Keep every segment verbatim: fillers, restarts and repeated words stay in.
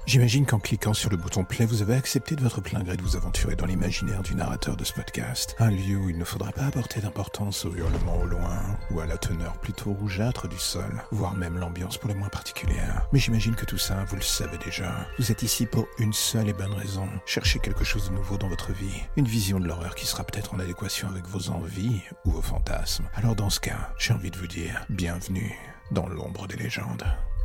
J'imagine qu'en cliquant sur le bouton play, vous avez accepté de votre plein gré de vous aventurer dans l'imaginaire du narrateur de ce podcast. Un lieu où il ne faudra pas apporter d'importance aux hurlements au loin, ou à la teneur plutôt rougeâtre du sol, voire même l'ambiance pour les moins particulière. Mais j'imagine que tout ça, vous le savez déjà. Vous êtes ici pour une seule et bonne raison. Cherchez quelque chose de nouveau dans votre vie. Une vision de l'horreur qui sera peut-être en adéquation avec vos envies ou vos fantasmes. Alors dans ce cas, j'ai envie de vous dire, bienvenue dans l'ombre des légendes.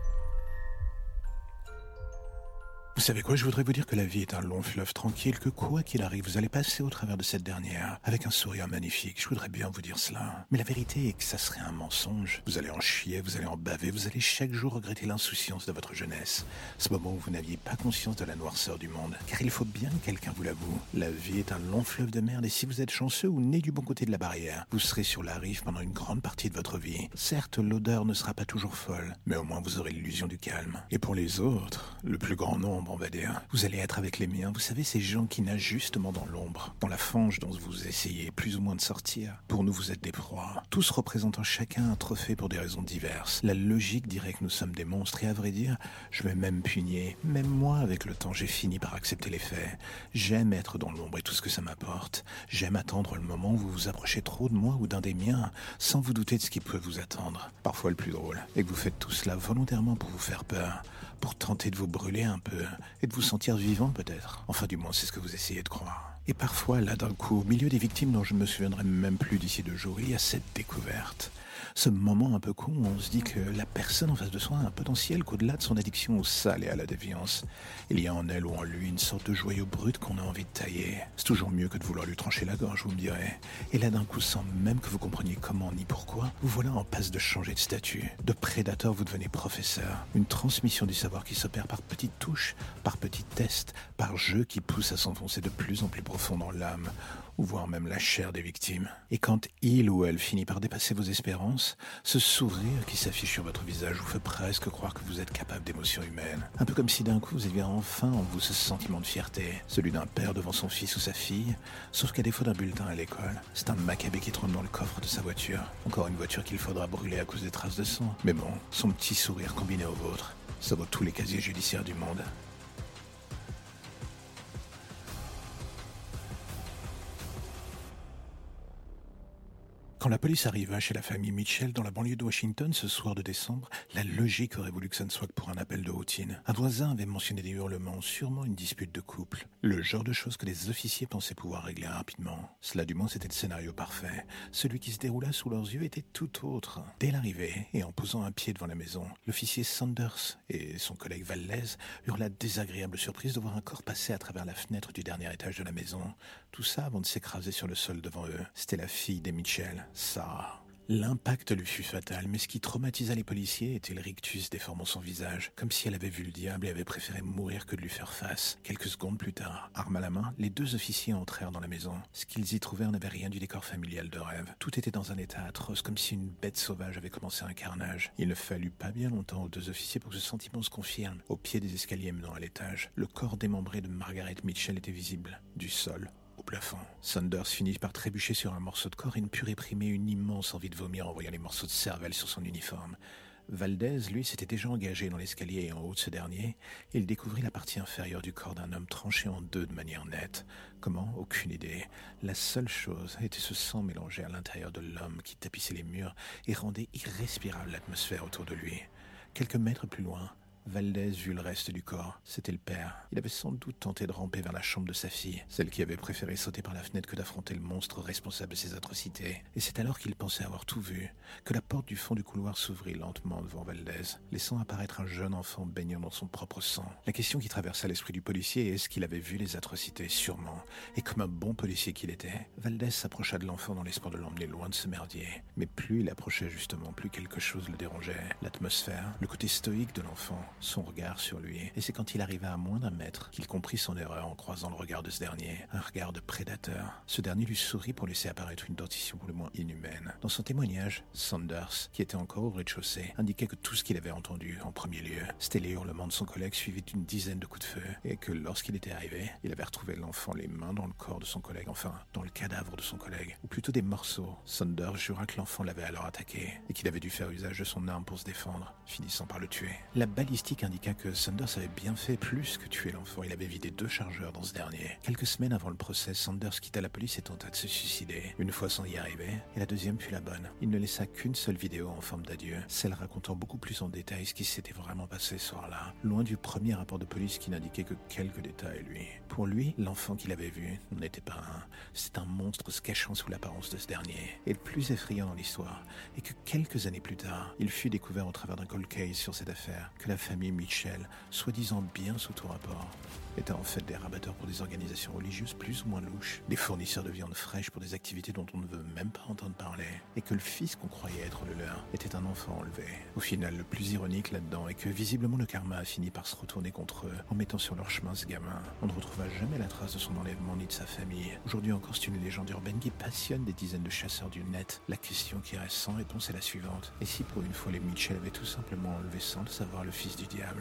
Vous savez quoi, je voudrais vous dire que la vie est un long fleuve tranquille, que quoi qu'il arrive, vous allez passer au travers de cette dernière, avec un sourire magnifique, je voudrais bien vous dire cela. Mais la vérité est que ça serait un mensonge. Vous allez en chier, vous allez en baver, vous allez chaque jour regretter l'insouciance de votre jeunesse. Ce moment où vous n'aviez pas conscience de la noirceur du monde. Car il faut bien que quelqu'un vous l'avoue. La vie est un long fleuve de merde et si vous êtes chanceux ou né du bon côté de la barrière, vous serez sur la rive pendant une grande partie de votre vie. Certes, l'odeur ne sera pas toujours folle, mais au moins vous aurez l'illusion du calme. Et pour les autres, le plus grand nombre, on va dire, vous allez être avec les miens, vous savez, ces gens qui nagent justement dans l'ombre, dans la fange dont vous essayez plus ou moins de sortir. Pour nous, vous êtes des proies, tous représentant chacun un trophée pour des raisons diverses. La logique dirait que nous sommes des monstres et à vrai dire, je vais même punir. Même moi, avec le temps, j'ai fini par accepter les faits. J'aime être dans l'ombre et tout ce que ça m'apporte. J'aime attendre le moment où vous vous approchez trop de moi ou d'un des miens, sans vous douter de ce qui peut vous attendre. Parfois le plus drôle, et que vous faites tout cela volontairement pour vous faire peur, pour tenter de vous brûler un peu, et de vous sentir vivant peut-être. Enfin du moins c'est ce que vous essayez de croire. Et parfois là d'un coup, au milieu des victimes dont je ne me souviendrai même plus d'ici deux jours, il y a cette découverte. Ce moment un peu con où on se dit que la personne en face de soi a un potentiel qu'au-delà de son addiction au sale et à la déviance, il y a en elle ou en lui une sorte de joyau brut qu'on a envie de tailler. C'est toujours mieux que de vouloir lui trancher la gorge, vous me direz. Et là d'un coup, sans même que vous compreniez comment ni pourquoi, vous voilà en passe de changer de statut. De prédateur, vous devenez professeur. Une transmission du savoir qui s'opère par petites touches, par petits tests, par jeux qui poussent à s'enfoncer de plus en plus profond dans l'âme, ou voire même la chair des victimes. Et quand il ou elle finit par dépasser vos espérances, ce sourire qui s'affiche sur votre visage vous fait presque croire que vous êtes capable d'émotions humaines. Un peu comme si d'un coup vous aviez enfin en vous ce sentiment de fierté, celui d'un père devant son fils ou sa fille, sauf qu'à défaut d'un bulletin à l'école, c'est un macabé qui trône dans le coffre de sa voiture. Encore une voiture qu'il faudra brûler à cause des traces de sang. Mais bon, son petit sourire combiné au vôtre, ça vaut tous les casiers judiciaires du monde. Quand la police arriva chez la famille Mitchell dans la banlieue de Washington ce soir de décembre, la logique aurait voulu que ça ne soit que pour un appel de routine. Un voisin avait mentionné des hurlements, sûrement une dispute de couple. Le genre de choses que les officiers pensaient pouvoir régler rapidement. Cela du moins c'était le scénario parfait. Celui qui se déroula sous leurs yeux était tout autre. Dès l'arrivée, et en posant un pied devant la maison, l'officier Sanders et son collègue Valdez eurent la désagréable surprise de voir un corps passer à travers la fenêtre du dernier étage de la maison. Tout ça avant de s'écraser sur le sol devant eux. C'était la fille des Mitchell, Sarah. L'impact lui fut fatal, mais ce qui traumatisa les policiers était le rictus déformant son visage, comme si elle avait vu le diable et avait préféré mourir que de lui faire face. Quelques secondes plus tard, arme à la main, les deux officiers entrèrent dans la maison. Ce qu'ils y trouvèrent n'avait rien du décor familial de rêve. Tout était dans un état atroce, comme si une bête sauvage avait commencé un carnage. Il ne fallut pas bien longtemps aux deux officiers pour que ce sentiment se confirme. Au pied des escaliers menant à l'étage, le corps démembré de Margaret Mitchell était visible, du sol au plafond. Sanders finit par trébucher sur un morceau de corps et ne put réprimer une immense envie de vomir en voyant les morceaux de cervelle sur son uniforme. Valdez, lui, s'était déjà engagé dans l'escalier et en haut de ce dernier, et il découvrit la partie inférieure du corps d'un homme tranché en deux de manière nette. Comment ? Aucune idée. La seule chose était ce sang mélangé à l'intérieur de l'homme qui tapissait les murs et rendait irrespirable l'atmosphère autour de lui. Quelques mètres plus loin, Valdez vit le reste du corps. C'était le père. Il avait sans doute tenté de ramper vers la chambre de sa fille, celle qui avait préféré sauter par la fenêtre que d'affronter le monstre responsable de ses atrocités. Et c'est alors qu'il pensait avoir tout vu, que la porte du fond du couloir s'ouvrit lentement devant Valdez, laissant apparaître un jeune enfant baignant dans son propre sang. La question qui traversa l'esprit du policier est: est-ce qu'il avait vu les atrocités? Sûrement. Et comme un bon policier qu'il était, Valdez s'approcha de l'enfant dans l'espoir de l'emmener loin de ce merdier. Mais plus il approchait justement, plus quelque chose le dérangeait. L'atmosphère, le côté stoïque de l'enfant, son regard sur lui. Et c'est quand il arriva à moins d'un mètre qu'il comprit son erreur en croisant le regard de ce dernier. Un regard de prédateur. Ce dernier lui sourit pour laisser apparaître une dentition pour le moins inhumaine. Dans son témoignage, Sanders, qui était encore au rez-de-chaussée, indiquait que tout ce qu'il avait entendu en premier lieu, c'était les hurlements de son collègue suivis d'une dizaine de coups de feu, et que lorsqu'il était arrivé, il avait retrouvé l'enfant les mains dans le corps de son collègue, enfin, dans le cadavre de son collègue, ou plutôt des morceaux. Sanders jura que l'enfant l'avait alors attaqué, et qu'il avait dû faire usage de son arme pour se défendre, finissant par le tuer. La balistique diagnostic indiqua que Saunders avait bien fait plus que tuer l'enfant. Il avait vidé deux chargeurs dans ce dernier. Quelques semaines avant le procès, Saunders quitta la police et tenta de se suicider. Une fois sans y arriver, et la deuxième fut la bonne. Il ne laissa qu'une seule vidéo en forme d'adieu, celle racontant beaucoup plus en détail ce qui s'était vraiment passé ce soir-là, loin du premier rapport de police qui n'indiquait que quelques détails, lui. Pour lui, l'enfant qu'il avait vu n'était pas un, c'était un monstre se cachant sous l'apparence de ce dernier. Et le plus effrayant dans l'histoire est que quelques années plus tard, il fut découvert au travers d'un cold case sur cette affaire que la famille Mitchell, soi-disant bien sous tout rapport, était en fait des rabatteurs pour des organisations religieuses plus ou moins louches, des fournisseurs de viande fraîche pour des activités dont on ne veut même pas entendre parler, et que le fils qu'on croyait être le leur était un enfant enlevé. Au final, le plus ironique là-dedans est que visiblement le karma a fini par se retourner contre eux en mettant sur leur chemin ce gamin. On ne retrouva jamais la trace de son enlèvement ni de sa famille. Aujourd'hui encore, c'est une légende urbaine qui passionne des dizaines de chasseurs du net. La question qui reste sans réponse est la suivante. Et si pour une fois les Mitchell avaient tout simplement enlevé sans le savoir le fils du diable ?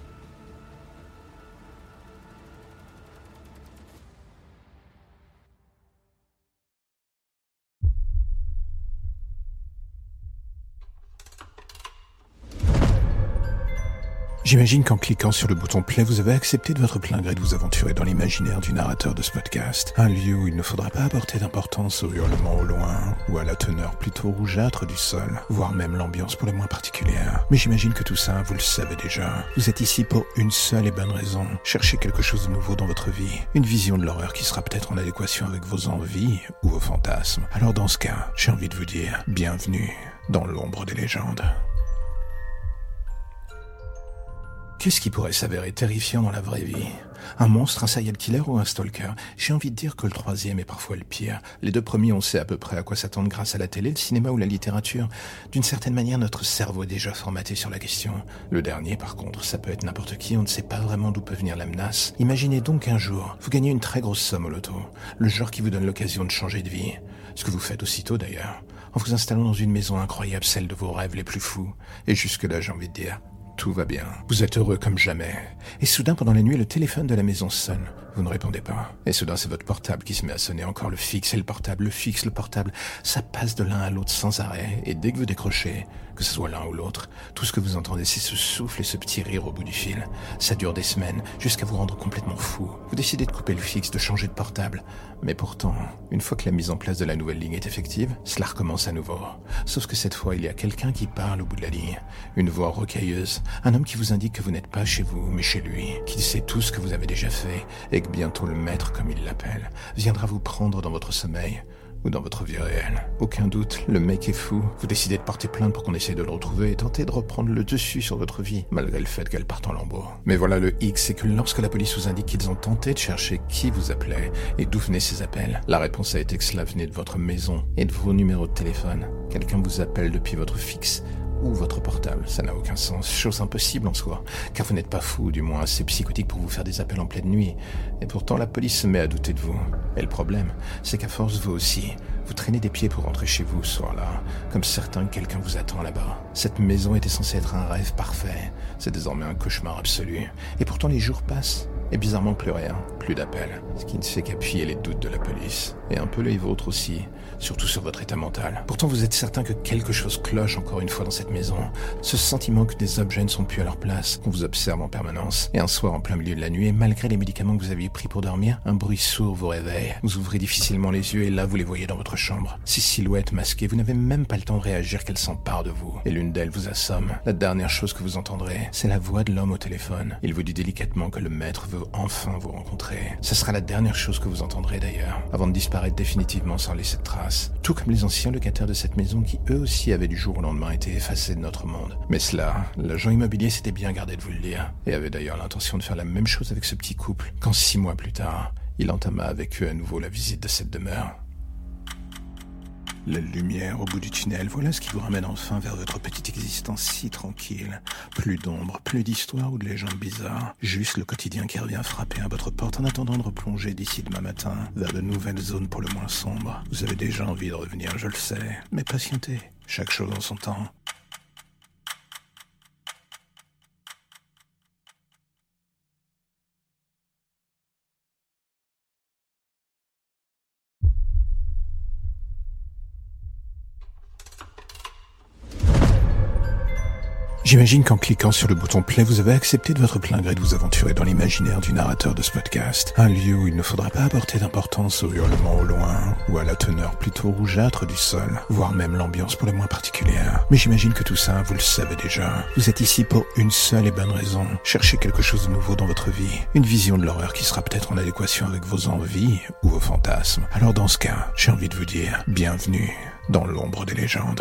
J'imagine qu'en cliquant sur le bouton play, vous avez accepté de votre plein gré de vous aventurer dans l'imaginaire du narrateur de ce podcast. Un lieu où il ne faudra pas apporter d'importance aux hurlements au loin, ou à la teneur plutôt rougeâtre du sol, voire même l'ambiance pour les moins particulière. Mais j'imagine que tout ça, vous le savez déjà. Vous êtes ici pour une seule et bonne raison. Cherchez quelque chose de nouveau dans votre vie. Une vision de l'horreur qui sera peut-être en adéquation avec vos envies ou vos fantasmes. Alors dans ce cas, j'ai envie de vous dire, bienvenue dans l'ombre des légendes. Qu'est-ce qui pourrait s'avérer terrifiant dans la vraie vie ? Un monstre, un serial killer ou un stalker ? J'ai envie de dire que le troisième est parfois le pire. Les deux premiers, on sait à peu près à quoi s'attendre grâce à la télé, le cinéma ou la littérature. D'une certaine manière, notre cerveau est déjà formaté sur la question. Le dernier, par contre, ça peut être n'importe qui, on ne sait pas vraiment d'où peut venir la menace. Imaginez donc un jour, vous gagnez une très grosse somme au loto. Le genre qui vous donne l'occasion de changer de vie. Ce que vous faites aussitôt d'ailleurs. En vous installant dans une maison incroyable, celle de vos rêves les plus fous. Et jusque-là, j'ai envie de dire... tout va bien. Vous êtes heureux comme jamais. Et soudain, pendant la nuit, le téléphone de la maison sonne. Vous ne répondez pas. Et soudain, c'est votre portable qui se met à sonner. Encore le fixe et le portable, le fixe, le portable. Ça passe de l'un à l'autre sans arrêt. Et dès que vous décrochez, que ce soit l'un ou l'autre, tout ce que vous entendez, c'est ce souffle et ce petit rire au bout du fil. Ça dure des semaines, jusqu'à vous rendre complètement fou. Vous décidez de couper le fixe, de changer de portable. Mais pourtant, une fois que la mise en place de la nouvelle ligne est effective, cela recommence à nouveau. Sauf que cette fois, il y a quelqu'un qui parle au bout de la ligne. Une voix rocailleuse. Un homme qui vous indique que vous n'êtes pas chez vous, mais chez lui. Qu'il sait tout ce que vous avez déjà fait, et que bientôt le maître, comme il l'appelle, viendra vous prendre dans votre sommeil. Ou dans votre vie réelle. Aucun doute, le mec est fou. Vous décidez de porter plainte pour qu'on essaye de le retrouver et tenter de reprendre le dessus sur votre vie, malgré le fait qu'elle parte en lambeaux. Mais voilà le hic, c'est que lorsque la police vous indique qu'ils ont tenté de chercher qui vous appelait et d'où venaient ces appels, la réponse a été que cela venait de votre maison et de vos numéros de téléphone. Quelqu'un vous appelle depuis votre fixe ou votre portable, ça n'a aucun sens, chose impossible en soi, car vous n'êtes pas fou, du moins assez psychotique pour vous faire des appels en pleine nuit, et pourtant la police se met à douter de vous. Et le problème, c'est qu'à force vous aussi, vous traînez des pieds pour rentrer chez vous ce soir-là, comme certain que quelqu'un vous attend là-bas. Cette maison était censée être un rêve parfait, c'est désormais un cauchemar absolu, et pourtant les jours passent, et bizarrement plus rien, plus d'appels, ce qui ne fait qu'appuyer les doutes de la police, et un peu les vôtres aussi, surtout sur votre état mental. Pourtant vous êtes certain que quelque chose cloche encore une fois dans cette maison, ce sentiment que des objets ne sont plus à leur place, qu'on vous observe en permanence, et un soir en plein milieu de la nuit, et malgré les médicaments que vous aviez pris pour dormir, un bruit sourd vous réveille, vous ouvrez difficilement les yeux et là vous les voyez dans votre chambre. Ces silhouettes masquées, vous n'avez même pas le temps de réagir qu'elles s'emparent de vous, et l'une d'elles vous assomme. La dernière chose que vous entendrez, c'est la voix de l'homme au téléphone. Il vous dit délicatement que le maître veut enfin vous rencontrer. Ce sera la dernière chose que vous entendrez d'ailleurs, avant de disparaître définitivement sans laisser de traces. Tout comme les anciens locataires de cette maison qui eux aussi avaient du jour au lendemain été effacés de notre monde. Mais cela, l'agent immobilier s'était bien gardé de vous le dire, et avait d'ailleurs l'intention de faire la même chose avec ce petit couple, quand six mois plus tard, il entama avec eux à nouveau la visite de cette demeure. La lumière au bout du tunnel, voilà ce qui vous ramène enfin vers votre petite existence si tranquille. Plus d'ombre, plus d'histoires ou de légendes bizarres. Juste le quotidien qui revient frapper à votre porte en attendant de replonger d'ici demain matin vers de nouvelles zones pour le moins sombres. Vous avez déjà envie de revenir, je le sais, mais patientez, chaque chose en son temps. J'imagine qu'en cliquant sur le bouton play, vous avez accepté de votre plein gré de vous aventurer dans l'imaginaire du narrateur de ce podcast. Un lieu où il ne faudra pas apporter d'importance aux hurlements au loin, ou à la teneur plutôt rougeâtre du sol, voire même l'ambiance pour les moins particulière. Mais j'imagine que tout ça, vous le savez déjà. Vous êtes ici pour une seule et bonne raison. Cherchez quelque chose de nouveau dans votre vie. Une vision de l'horreur qui sera peut-être en adéquation avec vos envies ou vos fantasmes. Alors dans ce cas, j'ai envie de vous dire, bienvenue dans l'ombre des légendes.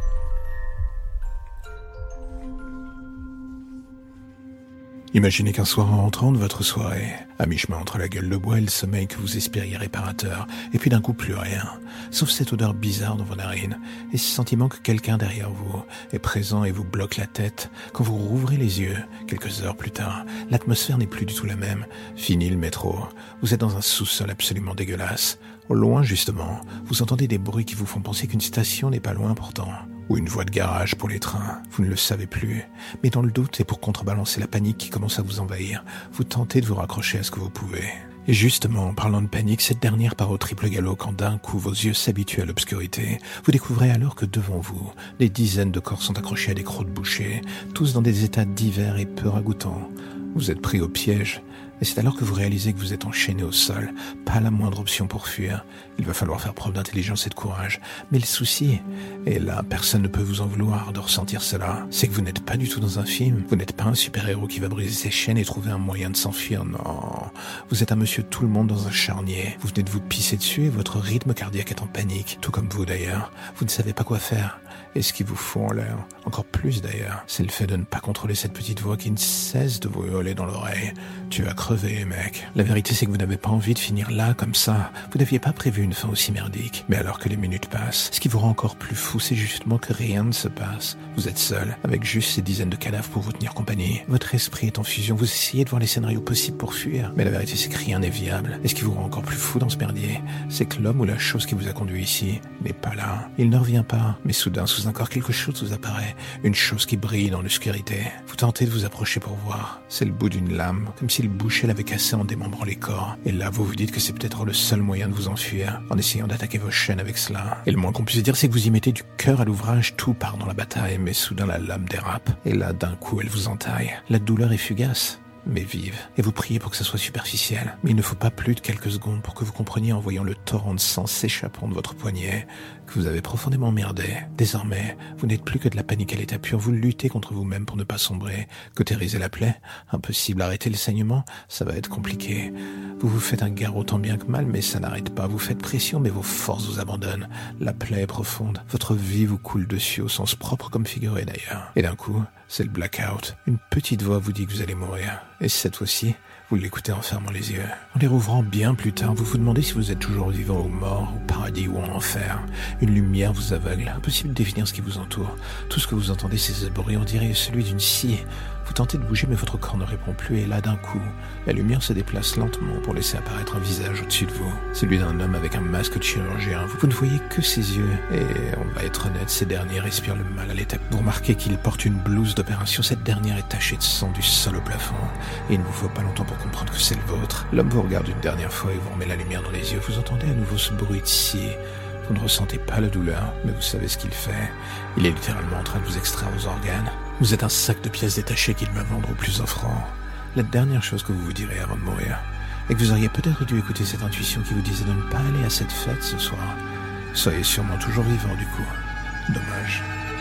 Imaginez qu'un soir en rentrant de votre soirée, à mi-chemin entre la gueule de bois et le sommeil que vous espériez réparateur, et puis d'un coup plus rien, sauf cette odeur bizarre dans vos narines, et ce sentiment que quelqu'un derrière vous est présent et vous bloque la tête. Quand vous rouvrez les yeux, quelques heures plus tard, l'atmosphère n'est plus du tout la même. Fini le métro, vous êtes dans un sous-sol absolument dégueulasse. Au loin justement, vous entendez des bruits qui vous font penser qu'une station n'est pas loin pourtant. Ou une voie de garage pour les trains, vous ne le savez plus. Mais dans le doute et pour contrebalancer la panique qui commence à vous envahir, vous tentez de vous raccrocher à ce que vous pouvez. Et justement, en parlant de panique, cette dernière part au triple galop quand d'un coup vos yeux s'habituent à l'obscurité. Vous découvrez alors que devant vous, des dizaines de corps sont accrochés à des crocs de boucher, tous dans des états divers et peu ragoûtants. Vous êtes pris au piège. Et c'est alors que vous réalisez que vous êtes enchaîné au sol, pas la moindre option pour fuir. Il va falloir faire preuve d'intelligence et de courage. Mais le souci, et là personne ne peut vous en vouloir de ressentir cela, c'est que vous n'êtes pas du tout dans un film. Vous n'êtes pas un super-héros qui va briser ses chaînes et trouver un moyen de s'enfuir, non. Vous êtes un monsieur tout le monde dans un charnier. Vous venez de vous pisser dessus et votre rythme cardiaque est en panique, tout comme vous d'ailleurs. Vous ne savez pas quoi faire. Et ce qu'il vous faut en l'air, encore plus d'ailleurs, c'est le fait de ne pas contrôler cette petite voix qui ne cesse de vous hurler dans l'oreille. Tu vas crever, mec. La vérité, c'est que vous n'avez pas envie de finir là, comme ça. Vous n'aviez pas prévu une fin aussi merdique. Mais alors que les minutes passent, ce qui vous rend encore plus fou, c'est justement que rien ne se passe. Vous êtes seul, avec juste ces dizaines de cadavres pour vous tenir compagnie. Votre esprit est en fusion, vous essayez de voir les scénarios possibles pour fuir. Mais la vérité, c'est que rien n'est viable. Et ce qui vous rend encore plus fou dans ce merdier, c'est que l'homme ou la chose qui vous a conduit ici n'est pas là. Il ne revient pas, mais soudain, sous un corps, quelque chose vous apparaît. Une chose qui brille dans l'obscurité. Vous tentez de vous approcher pour voir. C'est le bout d'une lame, comme si le boucher l'avait cassé en démembrant les corps. Et là, vous vous dites que c'est peut-être le seul moyen de vous enfuir, en essayant d'attaquer vos chaînes avec cela. Et le moins qu'on puisse dire, c'est que vous y mettez du cœur à l'ouvrage, tout part dans la bataille, mais soudain la lame dérape. Et là, d'un coup, elle vous entaille. La douleur est fugace, mais vive. Et vous priez pour que ça soit superficiel. Mais il ne faut pas plus de quelques secondes pour que vous compreniez en voyant le torrent de sang s'échappant de votre poignet que vous avez profondément merdé. Désormais, vous n'êtes plus que de la panique à l'état pur. Vous luttez contre vous-même pour ne pas sombrer. Cautériser la plaie? Impossible. Arrêter le saignement? Ça va être compliqué. Vous vous faites un garrot tant bien que mal, mais ça n'arrête pas. Vous faites pression, mais vos forces vous abandonnent. La plaie est profonde. Votre vie vous coule dessus, au sens propre comme figuré d'ailleurs. Et d'un coup, c'est le blackout. Une petite voix vous dit que vous allez mourir. Et cette fois-ci, vous l'écoutez en fermant les yeux. En les rouvrant bien plus tard, vous vous demandez si vous êtes toujours vivant ou mort, au paradis ou en enfer. Une lumière vous aveugle, impossible de définir ce qui vous entoure. Tout ce que vous entendez, c'est ce bruit, on dirait celui d'une scie. Vous tentez de bouger, mais votre corps ne répond plus, et là, d'un coup, la lumière se déplace lentement pour laisser apparaître un visage au-dessus de vous. Celui d'un homme avec un masque de chirurgien. Vous ne voyez que ses yeux, et on va être honnête, ces derniers respirent le mal à l'état. Vous remarquez qu'il porte une blouse d'opération, cette dernière est tachée de sang du sol au plafond, et il ne vous faut pas longtemps pour comprendre que c'est le vôtre. L'homme vous regarde une dernière fois et vous remet la lumière dans les yeux. Vous entendez à nouveau ce bruit de scie. Vous ne ressentez pas la douleur, mais vous savez ce qu'il fait. Il est littéralement en train de vous extraire vos organes. Vous êtes un sac de pièces détachées qu'il va vendre au plus offrant. La dernière chose que vous vous direz avant de mourir est que vous auriez peut-être dû écouter cette intuition qui vous disait de ne pas aller à cette fête ce soir. Soyez sûrement toujours vivant du coup. Dommage.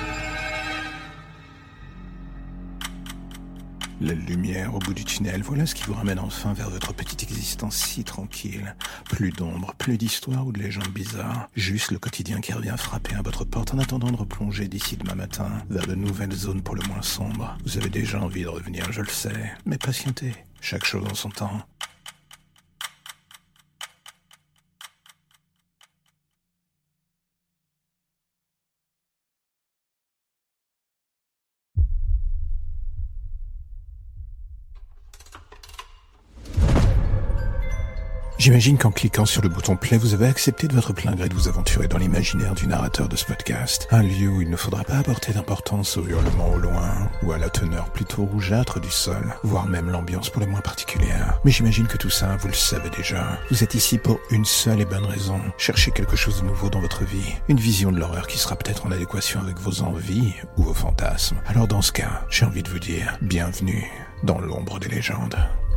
La lumière au bout du tunnel, voilà ce qui vous ramène enfin vers votre petite existence si tranquille. Plus d'ombre, plus d'histoires ou de légendes bizarres. Juste le quotidien qui revient frapper à votre porte en attendant de replonger d'ici demain matin vers de nouvelles zones pour le moins sombres. Vous avez déjà envie de revenir, je le sais, mais patientez, chaque chose en son temps. J'imagine qu'en cliquant sur le bouton play, vous avez accepté de votre plein gré de vous aventurer dans l'imaginaire du narrateur de ce podcast. Un lieu où il ne faudra pas apporter d'importance aux hurlements au loin, ou à la teneur plutôt rougeâtre du sol, voire même l'ambiance pour les moins particulière. Mais j'imagine que tout ça, vous le savez déjà. Vous êtes ici pour une seule et bonne raison. Cherchez quelque chose de nouveau dans votre vie. Une vision de l'horreur qui sera peut-être en adéquation avec vos envies ou vos fantasmes. Alors dans ce cas, j'ai envie de vous dire, bienvenue dans l'ombre des légendes.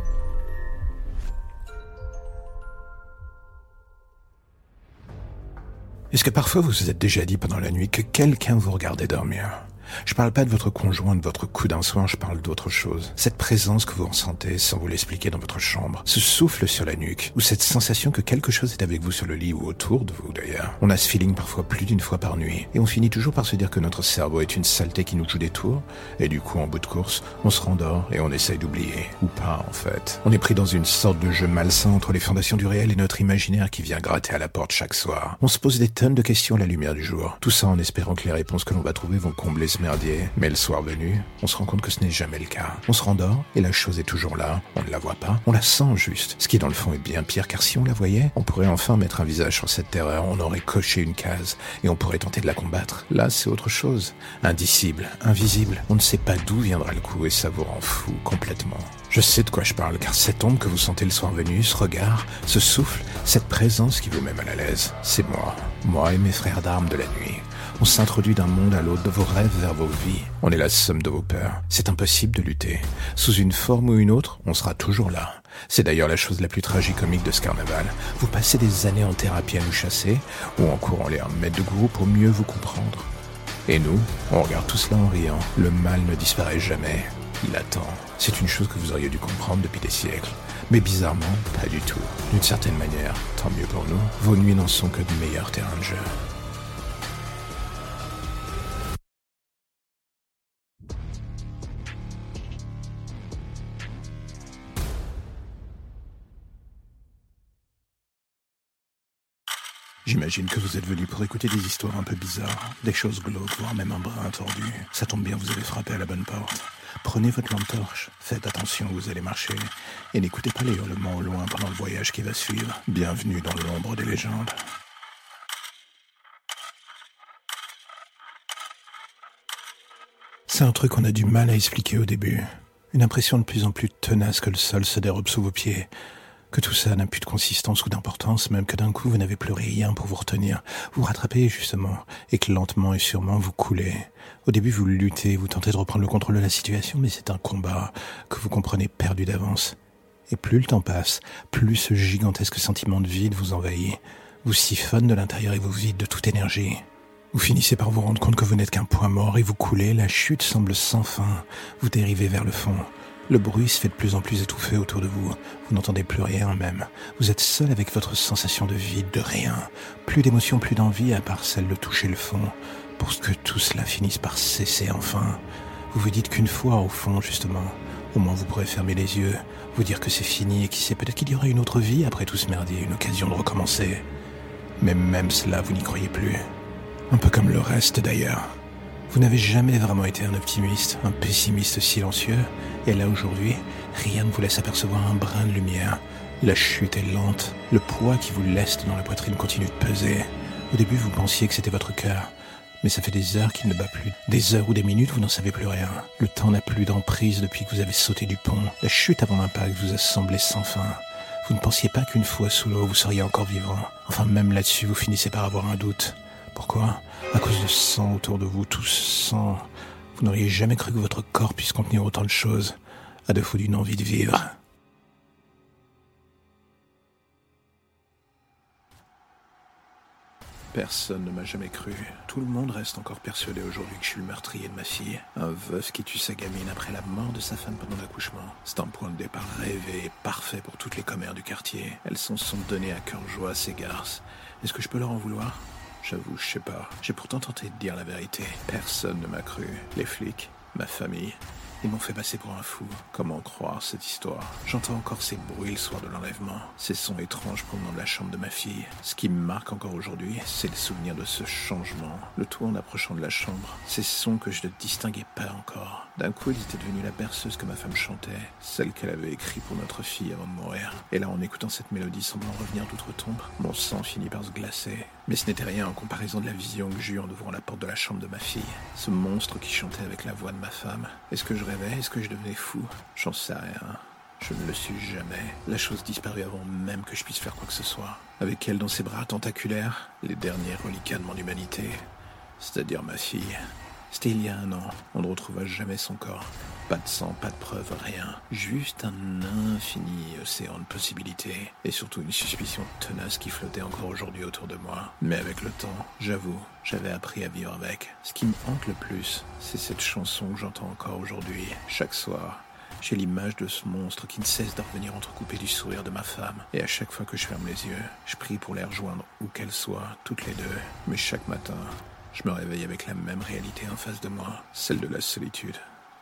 Est-ce que parfois vous vous êtes déjà dit pendant la nuit que quelqu'un vous regardait dormir ? Je parle pas de votre conjoint, de votre coup d'un soir, je parle d'autre chose. Cette présence que vous ressentez sans vous l'expliquer dans votre chambre, ce souffle sur la nuque, ou cette sensation que quelque chose est avec vous sur le lit ou autour de vous d'ailleurs. On a ce feeling parfois plus d'une fois par nuit, et on finit toujours par se dire que notre cerveau est une saleté qui nous joue des tours, et du coup en bout de course, on se rendort et on essaye d'oublier. Ou pas en fait. On est pris dans une sorte de jeu malsain entre les fondations du réel et notre imaginaire qui vient gratter à la porte chaque soir. On se pose des tonnes de questions à la lumière du jour, tout ça en espérant que les réponses que l'on va trouver vont combler ce merdier, mais le soir venu, on se rend compte que ce n'est jamais le cas. On se rendort et la chose est toujours là, on ne la voit pas, on la sent juste. Ce qui dans le fond est bien pire, car si on la voyait, on pourrait enfin mettre un visage sur cette terreur, on aurait coché une case et on pourrait tenter de la combattre. Là, c'est autre chose. Indicible, invisible, on ne sait pas d'où viendra le coup et ça vous rend fou complètement. Je sais de quoi je parle, car cette ombre que vous sentez le soir venu, ce regard, ce souffle, cette présence qui vous met mal à l'aise, c'est moi. Moi et mes frères d'armes de la nuit. On s'introduit d'un monde à l'autre, de vos rêves vers vos vies. On est la somme de vos peurs. C'est impossible de lutter. Sous une forme ou une autre, on sera toujours là. C'est d'ailleurs la chose la plus tragicomique de ce carnaval. Vous passez des années en thérapie à nous chasser, ou en courant les mètres de gourou pour mieux vous comprendre. Et nous, on regarde tout cela en riant. Le mal ne disparaît jamais. Il attend. C'est une chose que vous auriez dû comprendre depuis des siècles. Mais bizarrement, pas du tout. D'une certaine manière, tant mieux pour nous, vos nuits n'en sont que de meilleurs terrains de jeu. J'imagine que vous êtes venu pour écouter des histoires un peu bizarres, des choses glauques, voire même un brin tordu. Ça tombe bien, vous avez frappé à la bonne porte. Prenez votre lampe torche, faites attention où vous allez marcher, et n'écoutez pas les hurlements au loin pendant le voyage qui va suivre. Bienvenue dans l'ombre des légendes. C'est un truc qu'on a du mal à expliquer au début. Une impression de plus en plus tenace que le sol se dérobe sous vos pieds. Que tout ça n'a plus de consistance ou d'importance, même que d'un coup vous n'avez plus rien pour vous retenir. Vous rattrapez justement, et que lentement et sûrement vous coulez. Au début vous luttez, vous tentez de reprendre le contrôle de la situation, mais c'est un combat que vous comprenez perdu d'avance. Et plus le temps passe, plus ce gigantesque sentiment de vide vous envahit, vous siphonne de l'intérieur et vous vide de toute énergie. Vous finissez par vous rendre compte que vous n'êtes qu'un point mort et vous coulez, la chute semble sans fin, vous dérivez vers le fond. Le bruit se fait de plus en plus étouffé autour de vous. Vous n'entendez plus rien même. Vous êtes seul avec votre sensation de vide, de rien. Plus d'émotion, plus d'envie à part celle de toucher le fond. Pour que tout cela finisse par cesser enfin. Vous vous dites qu'une fois au fond, justement, au moins vous pourrez fermer les yeux, vous dire que c'est fini et qui sait, peut-être qu'il y aura une autre vie après tout ce merdier, une occasion de recommencer. Mais même cela, vous n'y croyez plus. Un peu comme le reste d'ailleurs. Vous n'avez jamais vraiment été un optimiste, un pessimiste silencieux, et là aujourd'hui, rien ne vous laisse apercevoir un brin de lumière. La chute est lente, le poids qui vous leste dans la poitrine continue de peser. Au début, vous pensiez que c'était votre cœur, mais ça fait des heures qu'il ne bat plus. Des heures ou des minutes, vous n'en savez plus rien. Le temps n'a plus d'emprise depuis que vous avez sauté du pont. La chute avant l'impact vous a semblé sans fin. Vous ne pensiez pas qu'une fois sous l'eau, vous seriez encore vivant. Enfin, même là-dessus, vous finissez par avoir un doute. Pourquoi ? À cause de sang autour de vous, tout ce sang. Vous n'auriez jamais cru que votre corps puisse contenir autant de choses, à défaut d'une envie de vivre. Personne ne m'a jamais cru. Tout le monde reste encore persuadé aujourd'hui que je suis le meurtrier de ma fille. Un veuf qui tue sa gamine après la mort de sa femme pendant l'accouchement. C'est un point de départ rêvé et parfait pour toutes les commères du quartier. Elles s'en sont données à cœur joie à ces garces. Est-ce que je peux leur en vouloir ? J'avoue, je sais pas. J'ai pourtant tenté de dire la vérité. Personne ne m'a cru. Les flics, ma famille Ils m'ont fait passer pour un fou. Comment croire cette histoire? J'entends encore ces bruits le soir de l'enlèvement, ces sons étranges provenant de la chambre de ma fille. Ce qui me marque encore aujourd'hui, c'est le souvenir de ce changement. Le tout en approchant de la chambre, ces sons que je ne distinguais pas encore. D'un coup, ils étaient devenus la berceuse que ma femme chantait, celle qu'elle avait écrite pour notre fille avant de mourir. Et là, en écoutant cette mélodie semblant revenir d'outre-tombe, mon sang finit par se glacer. Mais ce n'était rien en comparaison de la vision que j'eus en ouvrant la porte de la chambre de ma fille. Ce monstre qui chantait avec la voix de ma femme. Est-ce que je rêvais? Est-ce que je devenais fou? J'en sais rien. Je ne le suis jamais. La chose disparut avant même que je puisse faire quoi que ce soit. Avec elle dans ses bras tentaculaires, les derniers reliquats de mon humanité. C'est-à-dire ma fille. C'était il y a un an. On ne retrouva jamais son corps. Pas de sang, pas de preuves, rien. Juste un infini océan de possibilités. Et surtout une suspicion tenace qui flottait encore aujourd'hui autour de moi. Mais avec le temps, j'avoue, j'avais appris à vivre avec. Ce qui me hante le plus, c'est cette chanson que j'entends encore aujourd'hui, chaque soir. J'ai l'image de ce monstre qui ne cesse de revenir entrecoupé du sourire de ma femme. Et à chaque fois que je ferme les yeux, je prie pour les rejoindre où qu'elles soient, toutes les deux. Mais chaque matin, je me réveille avec la même réalité en face de moi, celle de la solitude.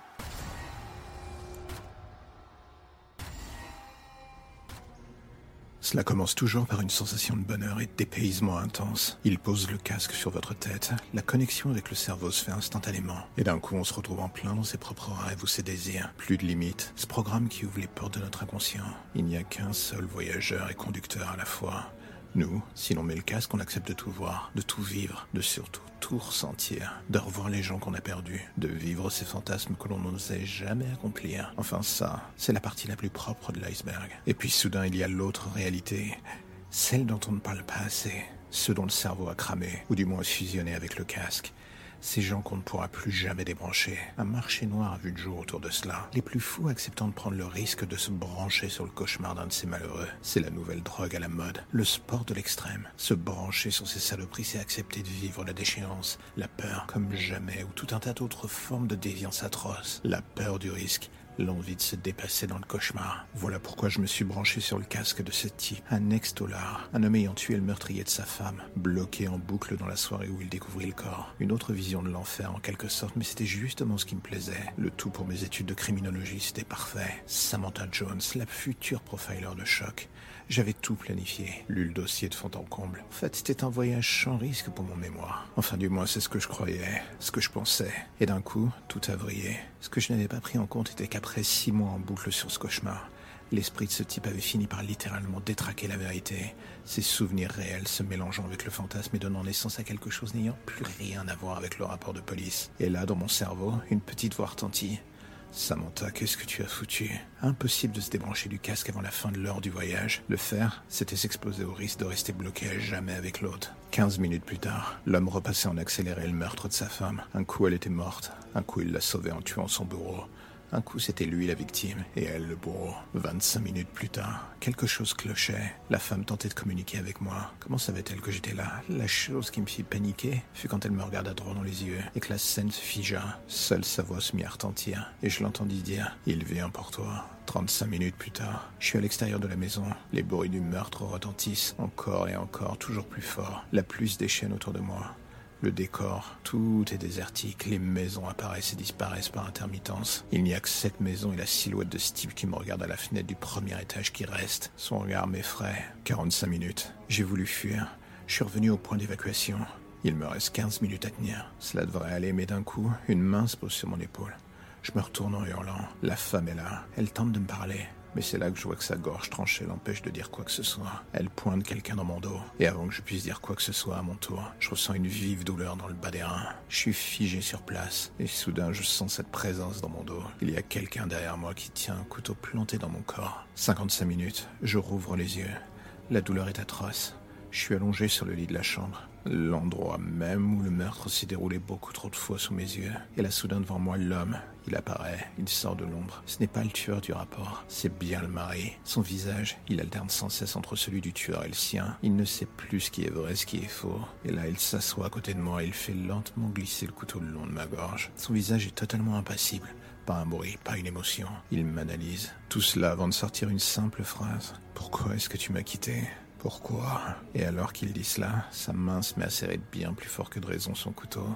Cela commence toujours par une sensation de bonheur et de dépaysement intense. Il pose le casque sur votre tête, la connexion avec le cerveau se fait instantanément. Et d'un coup, on se retrouve en plein dans ses propres rêves ou ses désirs. Plus de limites. Ce programme qui ouvre les portes de notre inconscient. Il n'y a qu'un seul voyageur et conducteur à la fois. Nous, si l'on met le casque, on accepte de tout voir, de tout vivre, de surtout tout ressentir, de revoir les gens qu'on a perdus, de vivre ces fantasmes que l'on n'osait jamais accomplir. Enfin ça, c'est la partie la plus propre de l'iceberg. Et puis soudain, il y a l'autre réalité, celle dont on ne parle pas assez, ceux dont le cerveau a cramé, ou du moins fusionné avec le casque. Ces gens qu'on ne pourra plus jamais débrancher. Un marché noir a vu le jour autour de cela. Les plus fous acceptant de prendre le risque de se brancher sur le cauchemar d'un de ces malheureux. C'est la nouvelle drogue à la mode. Le sport de l'extrême. Se brancher sur ces saloperies, c'est accepter de vivre la déchéance, la peur comme jamais, ou tout un tas d'autres formes de déviance atroce. La peur du risque. L'envie de se dépasser dans le cauchemar. Voilà pourquoi je me suis branché sur le casque de ce type. Un ex-dollar, un homme ayant tué le meurtrier de sa femme, bloqué en boucle dans la soirée où il découvrit le corps. Une autre vision de l'enfer en quelque sorte, mais c'était justement ce qui me plaisait. Le tout pour mes études de criminologie, c'était parfait. Samantha Jones, la future profiler de choc. J'avais tout planifié, lu le dossier de fond en comble. En fait, c'était un voyage sans risque pour mon mémoire. Enfin, du moins, c'est ce que je croyais, ce que je pensais. Et d'un coup, tout a vrillé. Ce que je n'avais pas pris en compte était qu'après six mois en boucle sur ce cauchemar, l'esprit de ce type avait fini par littéralement détraquer la vérité. Ses souvenirs réels se mélangeant avec le fantasme et donnant naissance à quelque chose n'ayant plus rien à voir avec le rapport de police. Et là, dans mon cerveau, une petite voix retentit. Samantha, qu'est-ce que tu as foutu? Impossible de se débrancher du casque avant la fin de l'heure du voyage. Le faire, c'était s'exposer au risque de rester bloqué à jamais avec l'autre. Quinze minutes plus tard, l'homme repassait en accéléré le meurtre de sa femme. Un coup, elle était morte. Un coup, il l'a sauvée en tuant son bourreau. Un coup, c'était lui la victime, et elle le bourreau. vingt-cinq minutes plus tard, quelque chose clochait. La femme tentait de communiquer avec moi. Comment savait-elle que j'étais là? La chose qui me fit paniquer fut quand elle me regarda droit dans les yeux, et que la scène se figea. Seule sa voix se mit à retentir, et je l'entendis dire « Il vient pour toi ». trente-cinq minutes plus tard, je suis à l'extérieur de la maison. Les bruits du meurtre retentissent, encore et encore, toujours plus fort. La pluie se déchaîne autour de moi. Le décor, tout est désertique, les maisons apparaissent et disparaissent par intermittence. Il n'y a que cette maison et la silhouette de Steve qui me regarde à la fenêtre du premier étage qui reste. Son regard m'effraie. quarante-cinq minutes. J'ai voulu fuir. Je suis revenu au point d'évacuation. Il me reste quinze minutes à tenir. Cela devrait aller, mais d'un coup, une main se pose sur mon épaule. Je me retourne en hurlant. La femme est là. Elle tente de me parler. Mais c'est là que je vois que sa gorge tranchée l'empêche de dire quoi que ce soit. Elle pointe quelqu'un dans mon dos. Et avant que je puisse dire quoi que ce soit à mon tour, je ressens une vive douleur dans le bas des reins. Je suis figé sur place. Et soudain, je sens cette présence dans mon dos. Il y a quelqu'un derrière moi qui tient un couteau planté dans mon corps. cinquante-cinq minutes, je rouvre les yeux. La douleur est atroce. Je suis allongé sur le lit de la chambre. L'endroit même où le meurtre s'est déroulé beaucoup trop de fois sous mes yeux. Et là, soudain, devant moi, l'homme. Il apparaît, il sort de l'ombre. Ce n'est pas le tueur du rapport, c'est bien le mari. Son visage, il alterne sans cesse entre celui du tueur et le sien. Il ne sait plus ce qui est vrai, ce qui est faux. Et là, il s'assoit à côté de moi et il fait lentement glisser le couteau le long de ma gorge. Son visage est totalement impassible. Pas un bruit, pas une émotion. Il m'analyse. Tout cela avant de sortir une simple phrase. « Pourquoi est-ce que tu m'as quitté ?» Pourquoi? Et alors qu'il dit cela, sa main se met à serrer de bien plus fort que de raison son couteau.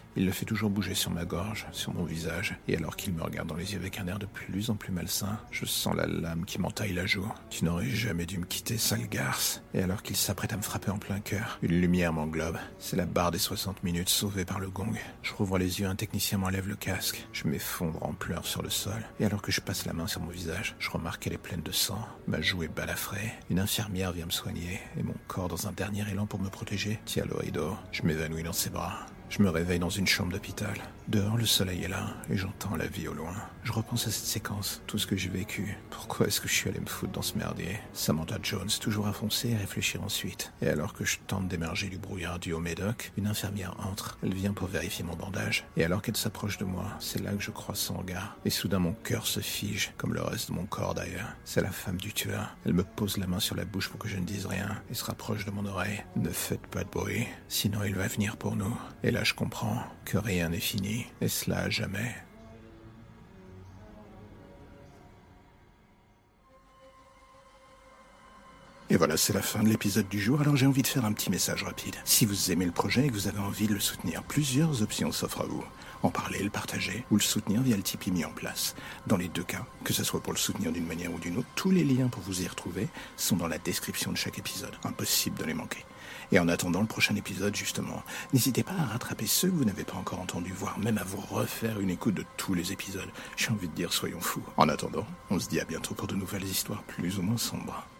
Il le fait toujours bouger sur ma gorge, sur mon visage, et alors qu'il me regarde dans les yeux avec un air de plus en plus malsain, je sens la lame qui m'entaille la joue. Tu n'aurais jamais dû me quitter, sale garce. Et alors qu'il s'apprête à me frapper en plein cœur, une lumière m'englobe. C'est la barre des soixante minutes sauvée par le gong. Je rouvre les yeux, un technicien m'enlève le casque. Je m'effondre en pleurs sur le sol. Et alors que je passe la main sur mon visage, je remarque qu'elle est pleine de sang. Ma joue est balafrée. Une infirmière vient me soigner, et mon corps, dans un dernier élan pour me protéger, tire le rideau. Je m'évanouis dans ses bras. Je me réveille dans une chambre d'hôpital. Dehors, le soleil est là, et j'entends la vie au loin. Je repense à cette séquence, tout ce que j'ai vécu. Pourquoi est-ce que je suis allé me foutre dans ce merdier? Samantha Jones, toujours à foncer et réfléchir ensuite. Et alors que je tente d'émerger du brouillard dû au médoc, une infirmière entre. Elle vient pour vérifier mon bandage. Et alors qu'elle s'approche de moi, c'est là que je croise son regard. Et soudain, mon cœur se fige, comme le reste de mon corps d'ailleurs. C'est la femme du tueur. Elle me pose la main sur la bouche pour que je ne dise rien, et se rapproche de mon oreille. Ne faites pas de bruit, sinon il va venir pour nous. Et là, je comprends que rien n'est fini, et cela à jamais. Et voilà, c'est la fin de l'épisode du jour, alors j'ai envie de faire un petit message rapide. Si vous aimez le projet et que vous avez envie de le soutenir, plusieurs options s'offrent à vous. En parler, le partager, ou le soutenir via le Tipeee mis en place. Dans les deux cas, que ce soit pour le soutenir d'une manière ou d'une autre, tous les liens pour vous y retrouver sont dans la description de chaque épisode. Impossible de les manquer. Et en attendant le prochain épisode, justement, n'hésitez pas à rattraper ceux que vous n'avez pas encore entendus, voire même à vous refaire une écoute de tous les épisodes. J'ai envie de dire, soyons fous. En attendant, on se dit à bientôt pour de nouvelles histoires plus ou moins sombres.